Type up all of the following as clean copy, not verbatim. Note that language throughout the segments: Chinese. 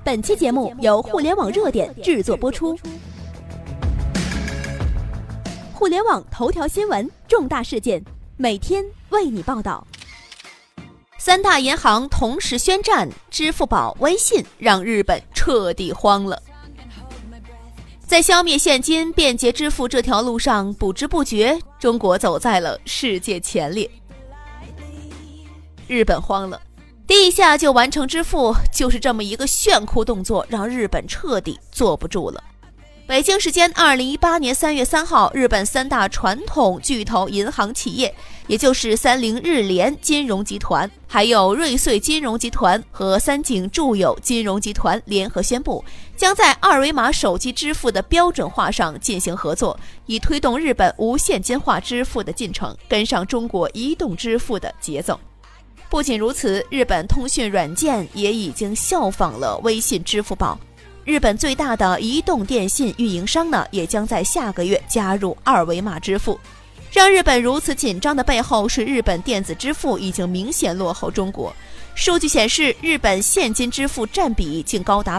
本期节目由互联网热点制作播出。互联网头条新闻，重大事件，每天为你报道。三大银行同时宣战，支付宝、微信让日本彻底慌了。在消灭现金、便捷支付这条路上，不知不觉，中国走在了世界前列。日本慌了，第一下就完成支付，就是这么一个炫酷动作，让日本彻底坐不住了。北京时间2018年3月3号，日本三大传统巨头银行企业，也就是三菱日联金融集团、还有瑞穗金融集团和三井住友金融集团联合宣布，将在二维码手机支付的标准化上进行合作，以推动日本无现金化支付的进程，跟上中国移动支付的节奏。不仅如此，日本通讯软件也已经效仿了微信、支付宝。日本最大的移动电信运营商呢，也将在下个月加入二维码支付。让日本如此紧张的背后是日本电子支付已经明显落后中国。数据显示，日本现金支付占比竟高达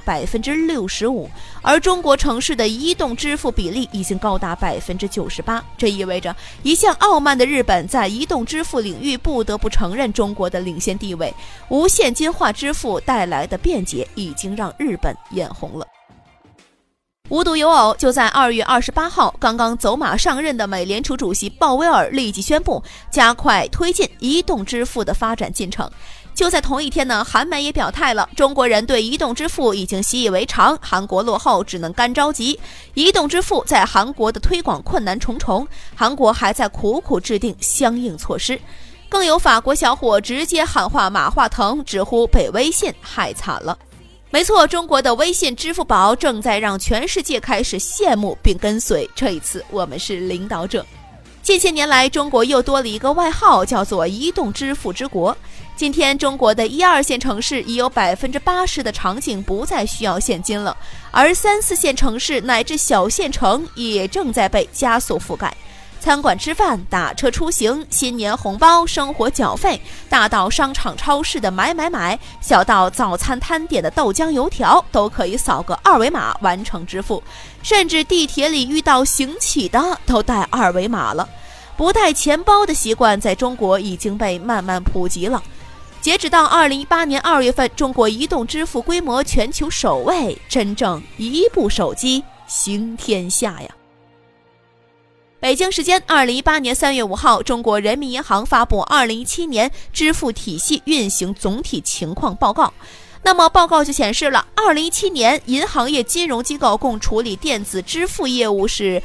65%， 而中国城市的移动支付比例已经高达 98%。 这意味着一向傲慢的日本在移动支付领域不得不承认中国的领先地位。无现金化支付带来的便捷已经让日本眼红了。无独有偶，就在2月28号，刚刚走马上任的美联储主席鲍威尔立即宣布加快推进移动支付的发展进程。就在同一天呢，韩媒也表态了，中国人对移动支付已经习以为常，韩国落后只能干着急。移动支付在韩国的推广困难重重，韩国还在苦苦制定相应措施。更有法国小伙直接喊话马化腾，直呼被微信害惨了。没错，中国的微信、支付宝正在让全世界开始羡慕并跟随，这一次我们是领导者。近些年来，中国又多了一个外号，叫做移动支付之国。今天，中国的1、2线城市已有 80% 的场景不再需要现金了，而3、4线城市乃至小县城也正在被加速覆盖。餐馆吃饭、打车出行、新年红包、生活缴费，大到商场超市的买，小到早餐摊点的豆浆油条，都可以扫个二维码完成支付。甚至地铁里遇到行乞的都带二维码了。不带钱包的习惯在中国已经被慢慢普及了。截止到2018年2月份，中国移动支付规模全球首位，真正一部手机行天下呀！北京时间2018年3月5号，中国人民银行发布2017年支付体系运行总体情况报告。那么报告就显示了，2017年银行业金融机构共处理电子支付业务是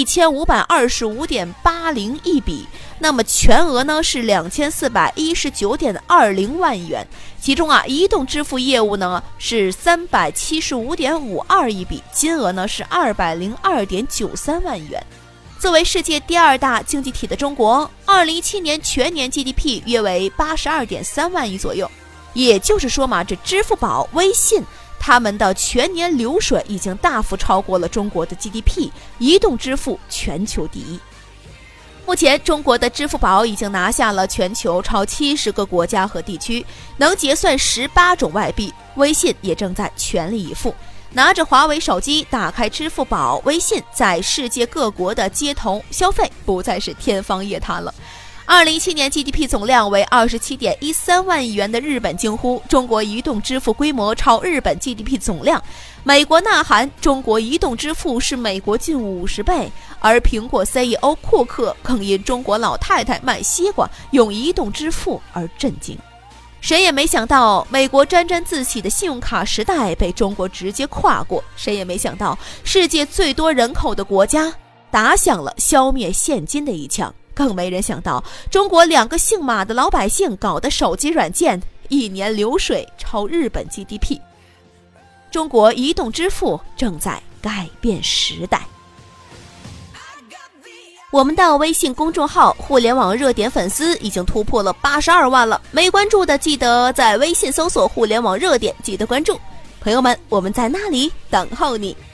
1525.80亿笔，那么全额呢是2419.20万元，其中移动支付业务呢是375.52亿笔，金额呢是202.93万元。作为世界第2大经济体的中国，2017年全年 GDP 约为82.3万亿左右。也就是说嘛，这支付宝、微信他们的全年流水已经大幅超过了中国的 GDP， 移动支付全球第一。目前中国的支付宝已经拿下了全球超70个国家和地区，能结算18种外币，微信也正在全力以赴。拿着华为手机，打开支付宝、微信，在世界各国的街头消费不再是天方夜谭了。2017年 GDP 总量为27.13万亿元的日本惊呼，中国移动支付规模超日本 GDP 总量。美国呐喊，中国移动支付是美国近50倍。而苹果 CEO 库克更因中国老太太卖西瓜用移动支付而震惊。谁也没想到，美国沾沾自喜的信用卡时代被中国直接跨过。谁也没想到，世界最多人口的国家打响了消灭现金的一枪。更没人想到，中国2个姓马的老百姓搞的手机软件一年流水超日本 GDP。 中国移动支付正在改变时代。我们的微信公众号互联网热点粉丝已经突破了82万了，没关注的记得在微信搜索互联网热点，记得关注。朋友们，我们在那里等候你。